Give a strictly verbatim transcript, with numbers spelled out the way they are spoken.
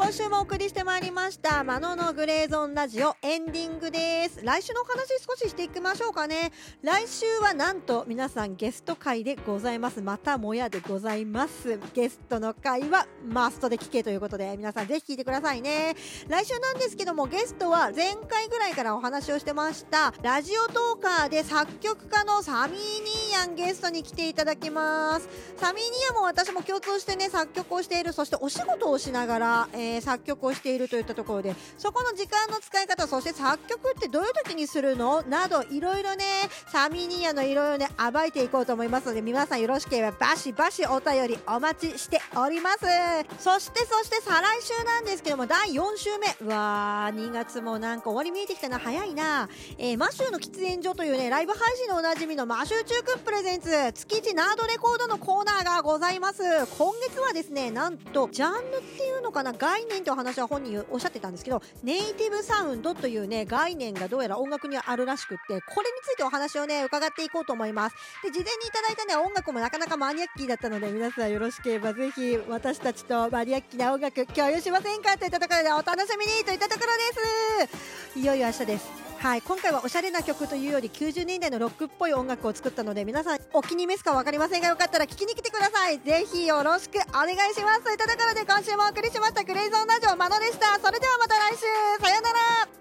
今週もお送りしてまいりましたマノのグレーゾーンラジオエンディングです。来週のお話少ししていきましょうかね。来週はなんと皆さんゲスト会でございます。またもやでございます。ゲストの会はマストで聞けということで皆さんぜひ聞いてくださいね。来週なんですけども、ゲストは前回ぐらいからお話をしてましたラジオトーカーで作曲家のサミー・ニーヤンゲストに来ていただきます。サミー・ニーヤンも私も共通してね作曲をしている、そしてお仕事をしながら、えー作曲をしているといったところで、そこの時間の使い方、そして作曲ってどういう時にするのなどいろいろねサミー・ニーヤンのいろいろね暴いていこうと思いますので、皆さんよろしければバシバシお便りお待ちしております。そしてそして再来週なんですけども、だいよん週目、うわーにがつもなんか終わり見えてきたな、早いな、えー、マシューの喫煙所というねライブ配信のおなじみのマシュー中君プレゼンツ月一ナードレコードのコーナーがございます。今月はですね、なんとジャンルっていうのかな、概念というお話は本人おっしゃってたんですけど、ネイティブサウンドというね概念がどうやら音楽にはあるらしくって、これについてお話をね伺っていこうと思います。で、事前にいただいたね音楽もなかなかマニアッキーだったので、皆さんよろしければぜひ私たちとマニアッキーな音楽共有しませんかといったところでお楽しみにといったところです。いよいよ明日です。はい、今回はおしゃれな曲というよりきゅうじゅうねんだいのロックっぽい音楽を作ったので、皆さんお気に召すか分かりませんが、よかったら聴きに来てください。ぜひよろしくお願いしますといったところで、今週もお送りしましたグレイゾーンラジオマノでした。それではまた来週、さようなら。